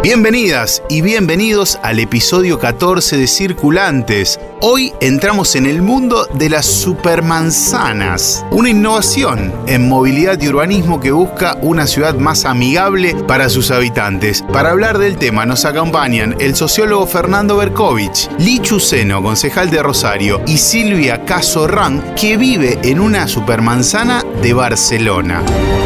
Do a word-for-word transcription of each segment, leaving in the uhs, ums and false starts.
Bienvenidas y bienvenidos al episodio catorce de Circulantes. Hoy entramos en el mundo de las supermanzanas, una innovación en movilidad y urbanismo que busca una ciudad más amigable para sus habitantes. Para hablar del tema nos acompañan el sociólogo Fernando Berkovich, Lichu Seno, concejal de Rosario, y Silvia Cazorrán, que vive en una supermanzana de Barcelona.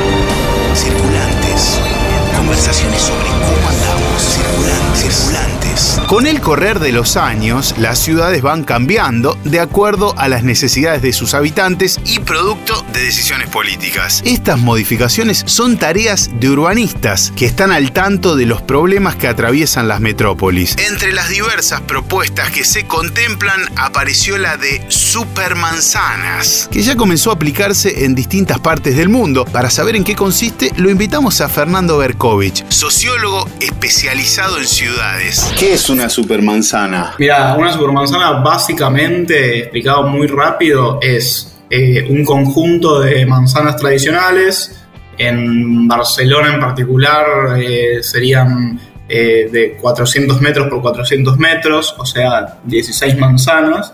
Circulantes, conversaciones sobre cómo andamos. Circulantes, circulantes. Con el correr de los años, las ciudades van cambiando de acuerdo a las necesidades de sus habitantes y producto de decisiones políticas. Estas modificaciones son tareas de urbanistas que están al tanto de los problemas que atraviesan las metrópolis. Entre las diversas propuestas que se contemplan apareció la de supermanzanas, que ya comenzó a aplicarse en distintas partes del mundo. Para saber en qué consiste, lo invitamos a Fernando Berkovich, sociólogo especializado en ciudades. ¿Qué es una supermanzana? Mira, una supermanzana básicamente, explicado muy rápido, es eh, un conjunto de manzanas tradicionales. En Barcelona en particular eh, serían eh, de cuatrocientos metros por cuatrocientos metros, o sea, dieciséis manzanas,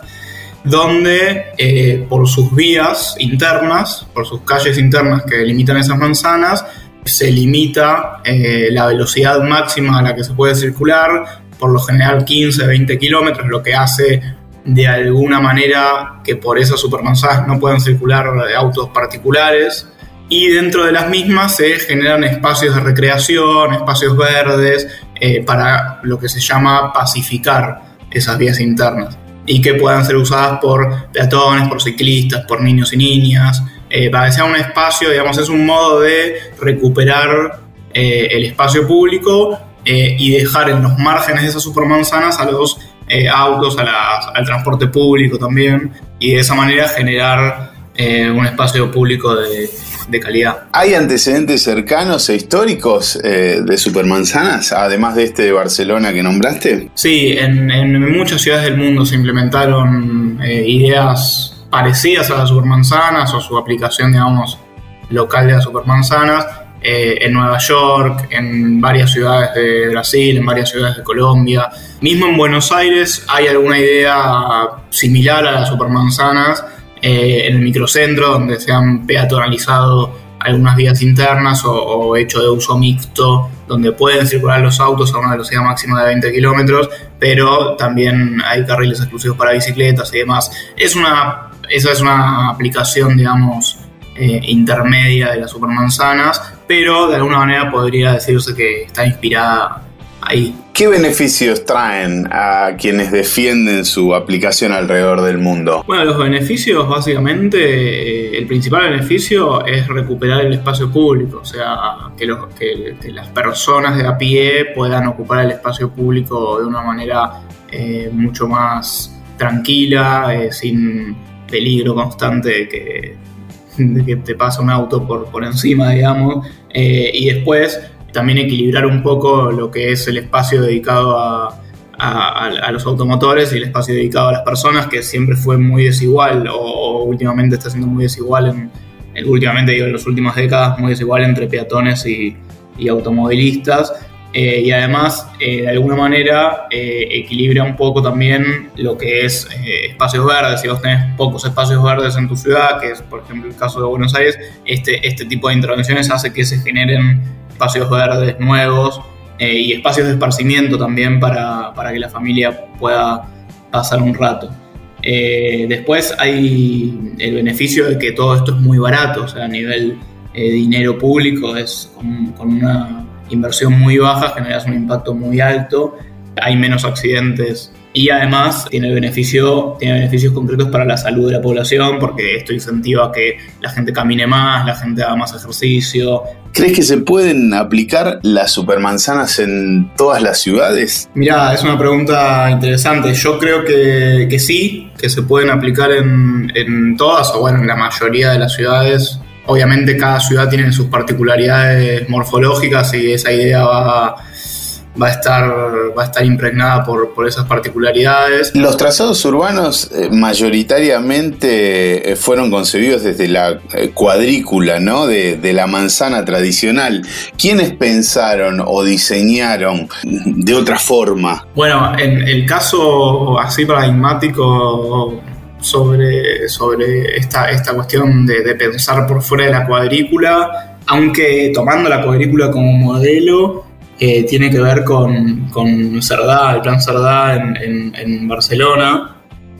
donde eh, por sus vías internas, por sus calles internas que delimitan esas manzanas, se limita eh, la velocidad máxima a la que se puede circular, por lo general quince a veinte kilómetros, lo que hace de alguna manera que por esas supermanzanas no puedan circular autos particulares, y dentro de las mismas se generan espacios de recreación, espacios verdes, eh, para lo que se llama pacificar esas vías internas, y que puedan ser usadas por peatones, por ciclistas, por niños y niñas, eh, para que sea un espacio, digamos, es un modo de recuperar eh, el espacio público eh, y dejar en los márgenes de esas supermanzanas a los eh, autos, a la, al transporte público también, y de esa manera generar eh, un espacio público de, de calidad. ¿Hay antecedentes cercanos e históricos eh, de supermanzanas, además de este de Barcelona que nombraste? Sí, en, en muchas ciudades del mundo se implementaron eh, ideas parecidas a las supermanzanas o su aplicación, digamos, local de las supermanzanas. Eh, en Nueva York, en varias ciudades de Brasil, en varias ciudades de Colombia. Mismo en Buenos Aires hay alguna idea similar a las supermanzanas eh, en el microcentro, donde se han peatonalizado algunas vías internas o, o hecho de uso mixto, donde pueden circular los autos a una velocidad máxima de veinte kilómetros, pero también hay carriles exclusivos para bicicletas y demás. Es una, esa es una aplicación, digamos, eh, intermedia de las supermanzanas, pero de alguna manera podría decirse que está inspirada ahí. ¿Qué beneficios traen a quienes defienden su aplicación alrededor del mundo? Bueno, los beneficios, básicamente, eh, el principal beneficio es recuperar el espacio público, o sea, que, los, que, que las personas de a pie puedan ocupar el espacio público de una manera eh, mucho más tranquila, eh, sin peligro constante de que, de que te pasa un auto por, por encima, digamos, eh, y después también equilibrar un poco lo que es el espacio dedicado a, a, a los automotores y el espacio dedicado a las personas, que siempre fue muy desigual, o, o últimamente está siendo muy desigual, en, en, últimamente digo en las últimas décadas, muy desigual entre peatones y, y automovilistas, eh, y además eh, de alguna manera eh, equilibra un poco también lo que es eh, espacios verdes. Si vos tenés pocos espacios verdes en tu ciudad, que es por ejemplo el caso de Buenos Aires, este, este tipo de intervenciones hace que se generen espacios verdes nuevos eh, y espacios de esparcimiento también para, para que la familia pueda pasar un rato. Eh, después hay el beneficio de que todo esto es muy barato, o sea, a nivel eh, dinero público es con, con una inversión muy baja generas un impacto muy alto, hay menos accidentes y además tiene, el beneficio, tiene beneficios concretos para la salud de la población, porque esto incentiva a que la gente camine más, la gente haga más ejercicio. ¿Crees que se pueden aplicar las supermanzanas en todas las ciudades? Mirá, es una pregunta interesante. Yo creo que, que sí, que se pueden aplicar en, en todas, o bueno, en la mayoría de las ciudades. Obviamente cada ciudad tiene sus particularidades morfológicas y esa idea va, va a estar, va a estar impregnada por, por esas particularidades. Los trazados urbanos eh, mayoritariamente eh, fueron concebidos desde la eh, cuadrícula, ¿no? De, de la manzana tradicional. ¿Quiénes pensaron o diseñaron de otra forma? Bueno, en el caso así paradigmático sobre, sobre esta, esta cuestión de, de pensar por fuera de la cuadrícula, aunque tomando la cuadrícula como modelo, Eh, tiene que ver con, con Cerdá, el plan Cerdá en, en, en Barcelona,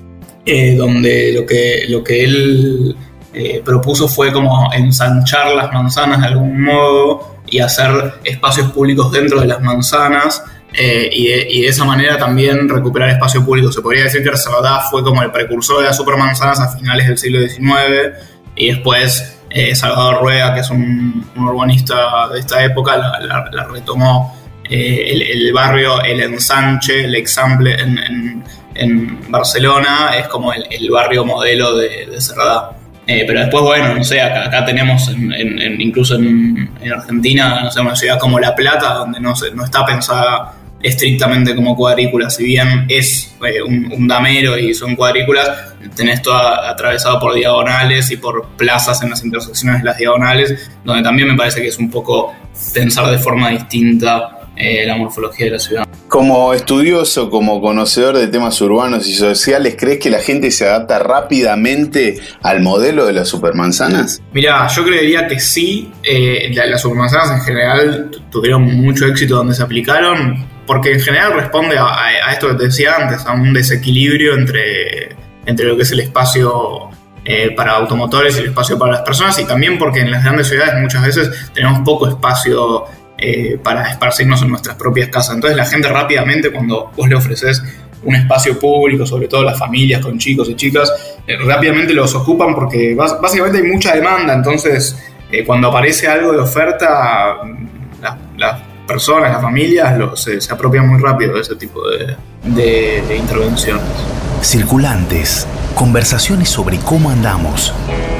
eh, donde lo que, lo que él eh, propuso fue como ensanchar las manzanas de algún modo y hacer espacios públicos dentro de las manzanas, eh, y, de, y de esa manera también recuperar espacio público. Se podría decir que Cerdá fue como el precursor de las supermanzanas a finales del siglo diecinueve, y después Eh, Salvador Rueda, que es un, un urbanista de esta época, la, la, la retomó. Eh, el, el barrio, el ensanche, el example en, en, en Barcelona es como el, el barrio modelo de, de Cerdá. Eh, pero después, bueno, no sé, acá, acá tenemos en, en, en, incluso en, en Argentina, no sé, una ciudad como La Plata, donde no, se, no está pensada estrictamente como cuadrícula. Si bien es eh, un, un damero y son cuadrículas, tenés todo atravesado por diagonales y por plazas en las intersecciones de las diagonales, donde también me parece que es un poco pensar de forma distinta eh, la morfología de la ciudad. Como estudioso, como conocedor de temas urbanos y sociales, ¿crees que la gente se adapta rápidamente al modelo de las supermanzanas? Mirá, yo creería que sí. Eh, la, las supermanzanas en general t- tuvieron mucho éxito donde se aplicaron, porque en general responde a, a esto que te decía antes, a un desequilibrio entre, entre lo que es el espacio eh, para automotores y el espacio para las personas, y también porque en las grandes ciudades muchas veces tenemos poco espacio eh, para esparcirnos en nuestras propias casas. Entonces la gente rápidamente, cuando vos le ofreces un espacio público, sobre todo las familias con chicos y chicas, eh, rápidamente los ocupan porque bas- básicamente hay mucha demanda. Entonces eh, cuando aparece algo de oferta, las la personas, las familias lo, se, se apropian muy rápido de ese tipo de, de, de intervenciones. Circulantes, conversaciones sobre cómo andamos.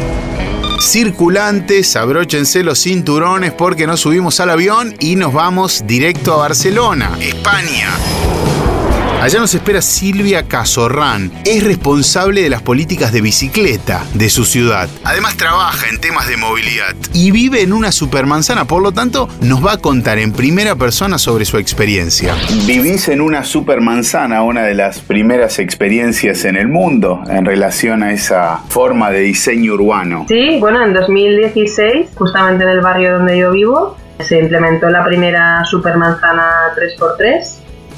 Circulantes, abróchense los cinturones porque nos subimos al avión y nos vamos directo a Barcelona, España. Allá nos espera Silvia Cazorrán. Es responsable de las políticas de bicicleta de su ciudad. Además trabaja en temas de movilidad y vive en una supermanzana, por lo tanto nos va a contar en primera persona sobre su experiencia. Vivís en una supermanzana, una de las primeras experiencias en el mundo en relación a esa forma de diseño urbano. Sí, bueno, en dos mil dieciséis, justamente en el barrio donde yo vivo, se implementó la primera supermanzana tres por tres.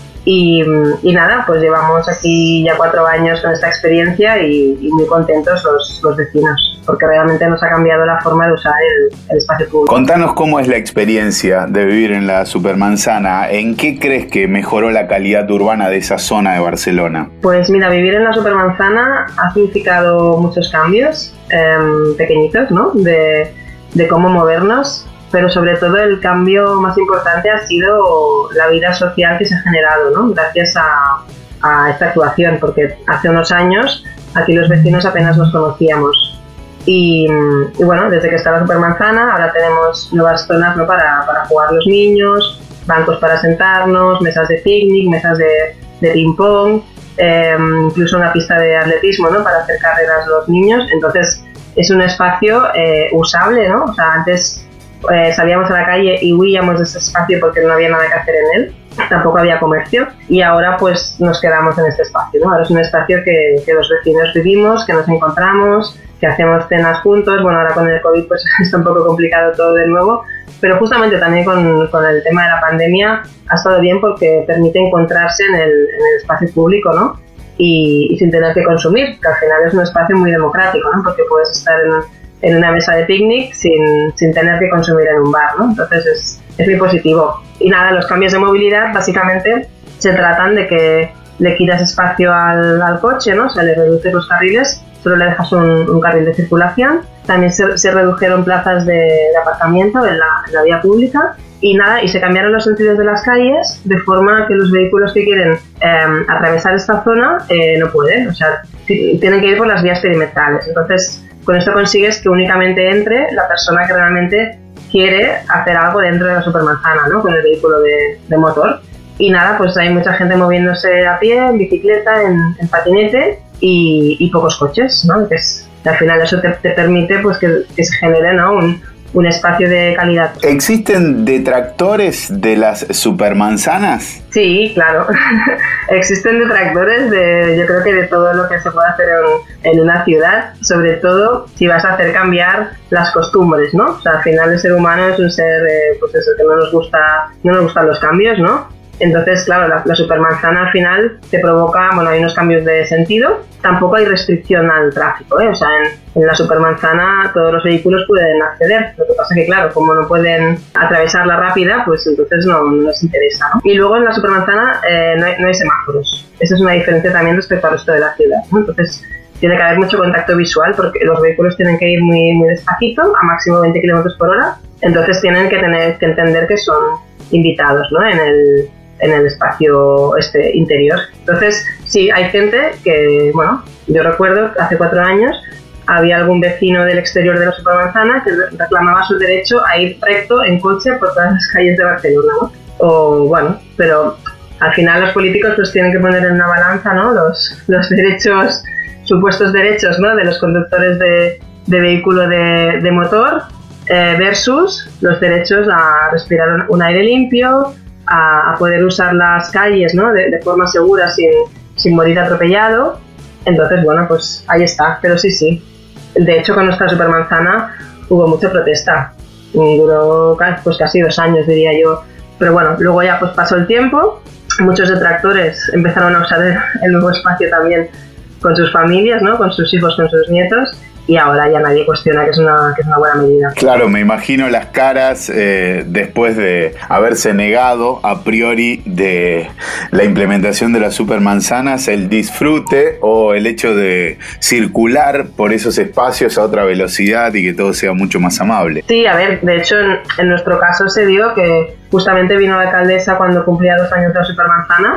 Y, y nada, pues llevamos aquí ya cuatro años con esta experiencia y, y muy contentos los, los vecinos, porque realmente nos ha cambiado la forma de usar el, el espacio público. Contanos cómo es la experiencia de vivir en la supermanzana. ¿En qué crees que mejoró la calidad urbana de esa zona de Barcelona? Pues mira, vivir en la supermanzana ha significado muchos cambios eh, pequeñitos, ¿no? De, de cómo movernos. Pero sobre todo el cambio más importante ha sido la vida social que se ha generado, ¿no? Gracias a, a esta actuación, porque hace unos años aquí los vecinos apenas nos conocíamos. Y, y bueno, desde que está la supermanzana ahora tenemos nuevas zonas, ¿no? para, para jugar los niños, bancos para sentarnos, mesas de picnic, mesas de, de ping-pong, eh, incluso una pista de atletismo, ¿no? Para hacer carreras los niños. Entonces es un espacio eh, usable, ¿no? O sea, antes Eh, salíamos a la calle y huíamos de ese espacio porque no había nada que hacer en él, tampoco había comercio, y ahora pues nos quedamos en este espacio, ¿no? Ahora es un espacio que, que los vecinos vivimos, que nos encontramos, que hacemos cenas juntos. Bueno, ahora con el COVID pues está un poco complicado todo de nuevo, pero justamente también con, con el tema de la pandemia ha estado bien porque permite encontrarse en el, en el espacio público, ¿no? Y, y sin tener que consumir, que al final es un espacio muy democrático, ¿no? Porque puedes estar en en una mesa de picnic sin, sin tener que consumir en un bar, ¿no? Entonces es, es muy positivo. Y nada, los cambios de movilidad básicamente se tratan de que le quitas espacio al, al coche, ¿no? O sea, le reduces los carriles, solo le dejas un, un carril de circulación. También se, se redujeron plazas de, de aparcamiento en la, en la vía pública. Y nada, y se cambiaron los sentidos de las calles de forma que los vehículos que quieren eh, atravesar esta zona eh, no pueden, o sea, t- tienen que ir por las vías perimetrales. Entonces, con esto consigues que únicamente entre la persona que realmente quiere hacer algo dentro de la supermanzana, ¿no? Con el vehículo de, de motor. y nada, pues hay mucha gente moviéndose a pie, en bicicleta, en, en patinete y, y pocos coches, ¿no? Que es, al final eso te, te permite pues que, que se genere, ¿no? un, un espacio de calidad. ¿Existen detractores de las supermanzanas? Sí, claro. Existen detractores de, yo creo que de todo lo que se puede hacer en, en una ciudad, sobre todo si vas a hacer cambiar las costumbres, ¿no? O sea, al final el ser humano es un ser, eh, pues eso, que no nos gusta, no nos gustan los cambios, ¿no? Entonces, claro, la, la supermanzana al final te provoca, bueno, hay unos cambios de sentido, tampoco hay restricción al tráfico, ¿eh? O sea, en, en la supermanzana todos los vehículos pueden acceder, lo que pasa que, claro, como no pueden atravesarla rápida, pues entonces no, no les interesa, ¿no? Y luego en la supermanzana eh, no, hay, no hay semáforos, esa es una diferencia también respecto al resto de la ciudad, ¿no? Entonces tiene que haber mucho contacto visual porque los vehículos tienen que ir muy, muy despacito, a máximo veinte kilómetros por hora, entonces tienen que tener que entender que son invitados, ¿no? En el en el espacio este interior. Entonces, sí, hay gente que, bueno, yo recuerdo que hace cuatro años había algún vecino del exterior de la supermanzana que reclamaba su derecho a ir recto en coche por todas las calles de Barcelona, ¿no? O, bueno, pero al final los políticos pues tienen que poner en una balanza, ¿no? Los, los derechos, supuestos derechos, ¿no? De los conductores de, de vehículo de, de motor eh, versus los derechos a respirar un, un aire limpio, A, a poder usar las calles, ¿no? de, de forma segura sin, sin morir atropellado. Entonces, bueno, pues ahí está. Pero sí, sí. De hecho, con nuestra supermanzana hubo mucha protesta. Duró pues casi dos años, diría yo. Pero bueno, luego ya pues pasó el tiempo. Muchos detractores empezaron a usar el, el nuevo espacio también con sus familias, ¿no? Con sus hijos, con sus nietos. Y ahora ya nadie cuestiona que es una, que es una buena medida. Claro, me imagino las caras eh, después de haberse negado a priori de la implementación de las supermanzanas, el disfrute o el hecho de circular por esos espacios a otra velocidad y que todo sea mucho más amable. Sí, a ver, de hecho en, en nuestro caso se dio que justamente vino la alcaldesa cuando cumplía dos años de la supermanzana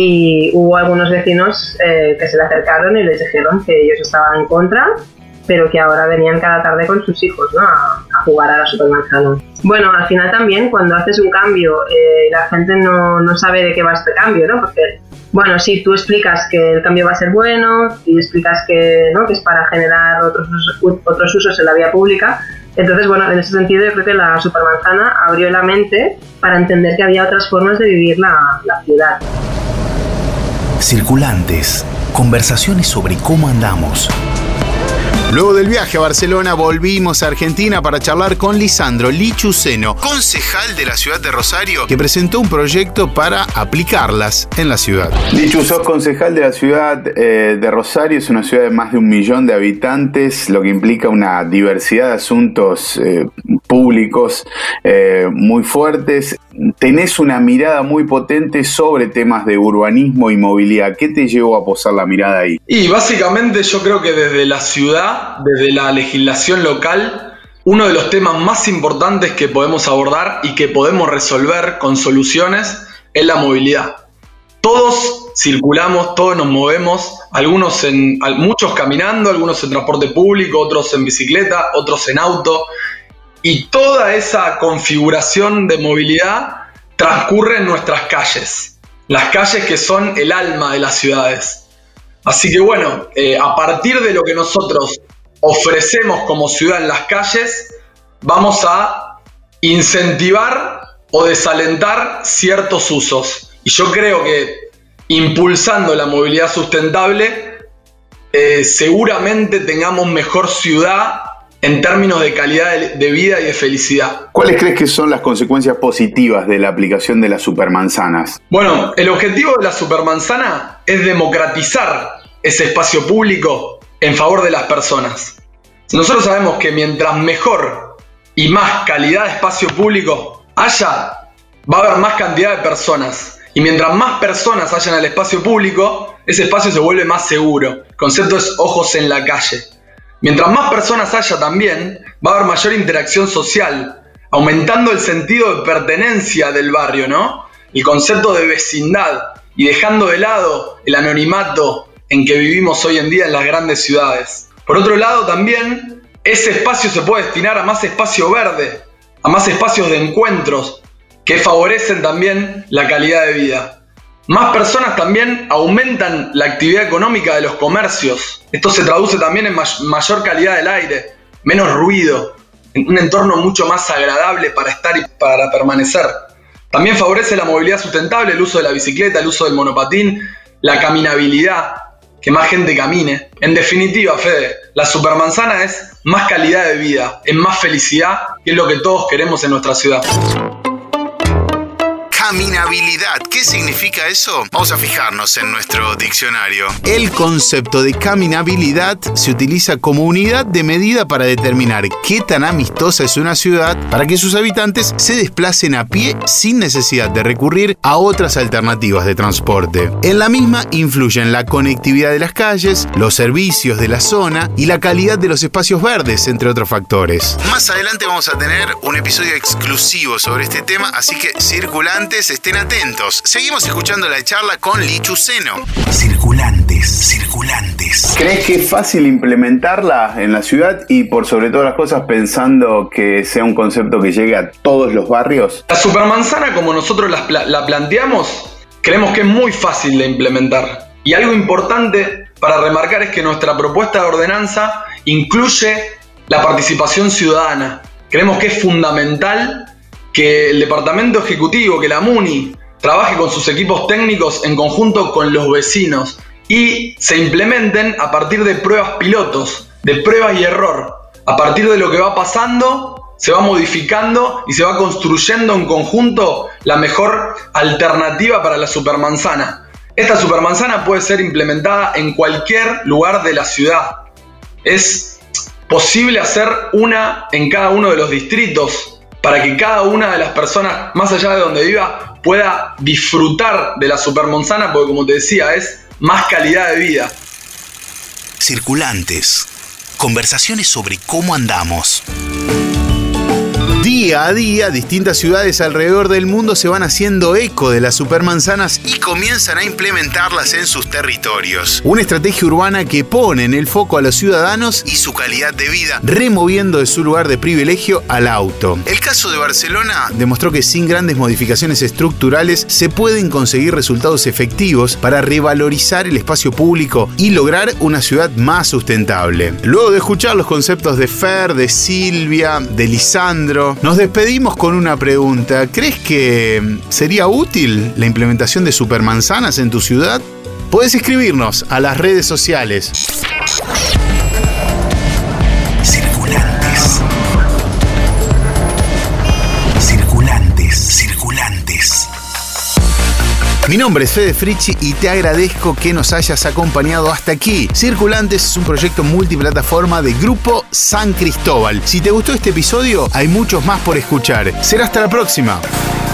y hubo algunos vecinos eh, que se le acercaron y les dijeron que ellos estaban en contra, pero que ahora venían cada tarde con sus hijos, ¿no? a, a jugar a la supermanzana. Bueno, al final también cuando haces un cambio, eh, la gente no, no sabe de qué va este cambio, ¿no? Porque, bueno, sí, tú explicas que el cambio va a ser bueno y explicas que, ¿no? que es para generar otros, otros usos en la vía pública. Entonces, bueno, en ese sentido yo creo que la supermanzana abrió la mente para entender que había otras formas de vivir la, la ciudad. Circulantes, conversaciones sobre cómo andamos. Luego del viaje a Barcelona volvimos a Argentina para charlar con Lisandro Lichuceno, concejal de la ciudad de Rosario, que presentó un proyecto para aplicarlas en la ciudad. Lichu, sos concejal de la ciudad eh, de Rosario, es una ciudad de más de un millón de habitantes, lo que implica una diversidad de asuntos eh, públicos eh, muy fuertes. Tenés una mirada muy potente sobre temas de urbanismo y movilidad. ¿Qué te llevó a posar la mirada ahí? Y básicamente yo creo que desde la ciudad, desde la legislación local, uno de los temas más importantes que podemos abordar y que podemos resolver con soluciones es la movilidad. Todos circulamos, todos nos movemos, algunos en, muchos caminando, algunos en transporte público, otros en bicicleta, otros en auto. Y toda esa configuración de movilidad transcurre en nuestras calles. Las calles que son el alma de las ciudades. Así que bueno, eh, a partir de lo que nosotros ofrecemos como ciudad en las calles, vamos a incentivar o desalentar ciertos usos. Y yo creo que impulsando la movilidad sustentable, eh, seguramente tengamos mejor ciudad en términos de calidad de vida y de felicidad. ¿Cuáles crees que son las consecuencias positivas de la aplicación de las supermanzanas? Bueno, el objetivo de la supermanzana es democratizar ese espacio público en favor de las personas. Nosotros sabemos que mientras mejor y más calidad de espacio público haya, va a haber más cantidad de personas. Y mientras más personas hayan en el espacio público, ese espacio se vuelve más seguro. El concepto es ojos en la calle. Mientras más personas haya también, va a haber mayor interacción social, aumentando el sentido de pertenencia del barrio, ¿no? El concepto de vecindad y dejando de lado el anonimato en que vivimos hoy en día en las grandes ciudades. Por otro lado también, ese espacio se puede destinar a más espacio verde, a más espacios de encuentros, que favorecen también la calidad de vida. Más personas también aumentan la actividad económica de los comercios. Esto se traduce también en may- mayor calidad del aire, menos ruido, en un entorno mucho más agradable para estar y para permanecer. También favorece la movilidad sustentable, el uso de la bicicleta, el uso del monopatín, la caminabilidad, que más gente camine. En definitiva, Fede, la supermanzana es más calidad de vida, es más felicidad, que es lo que todos queremos en nuestra ciudad. Caminabilidad. ¿Qué significa eso? Vamos a fijarnos en nuestro diccionario. El concepto de caminabilidad se utiliza como unidad de medida para determinar qué tan amistosa es una ciudad para que sus habitantes se desplacen a pie sin necesidad de recurrir a otras alternativas de transporte. En la misma influyen la conectividad de las calles, los servicios de la zona y la calidad de los espacios verdes, entre otros factores. Más adelante vamos a tener un episodio exclusivo sobre este tema, así que circulantes, estén atentos. Seguimos escuchando la charla con Lichu Seno. Circulantes, circulantes. ¿Crees que es fácil implementarla en la ciudad y por sobre todas las cosas pensando que sea un concepto que llegue a todos los barrios? La supermanzana, como nosotros la, la planteamos, creemos que es muy fácil de implementar. Y algo importante para remarcar es que nuestra propuesta de ordenanza incluye la participación ciudadana. Creemos que es fundamental que el departamento ejecutivo, que la MUNI, trabaje con sus equipos técnicos en conjunto con los vecinos y se implementen a partir de pruebas pilotos, de pruebas y error. A partir de lo que va pasando, se va modificando y se va construyendo en conjunto la mejor alternativa para la supermanzana. Esta supermanzana puede ser implementada en cualquier lugar de la ciudad. Es posible hacer una en cada uno de los distritos, para que cada una de las personas, más allá de donde viva, pueda disfrutar de la supermanzana, porque como te decía, es más calidad de vida. Circulantes. Conversaciones sobre cómo andamos. Día a día, distintas ciudades alrededor del mundo se van haciendo eco de las supermanzanas y comienzan a implementarlas en sus territorios. Una estrategia urbana que pone en el foco a los ciudadanos y su calidad de vida, removiendo de su lugar de privilegio al auto. El caso de Barcelona demostró que sin grandes modificaciones estructurales se pueden conseguir resultados efectivos para revalorizar el espacio público y lograr una ciudad más sustentable. Luego de escuchar los conceptos de Fer, de Silvia, de Lisandro, nos despedimos con una pregunta. ¿Crees que sería útil la implementación de supermanzanas en tu ciudad? Puedes escribirnos a las redes sociales. Circulantes. Circulantes, circulantes. Mi nombre es Fede Fricci y te agradezco que nos hayas acompañado hasta aquí. Circulantes es un proyecto multiplataforma de Grupo San Cristóbal. Si te gustó este episodio, hay muchos más por escuchar. Será hasta la próxima.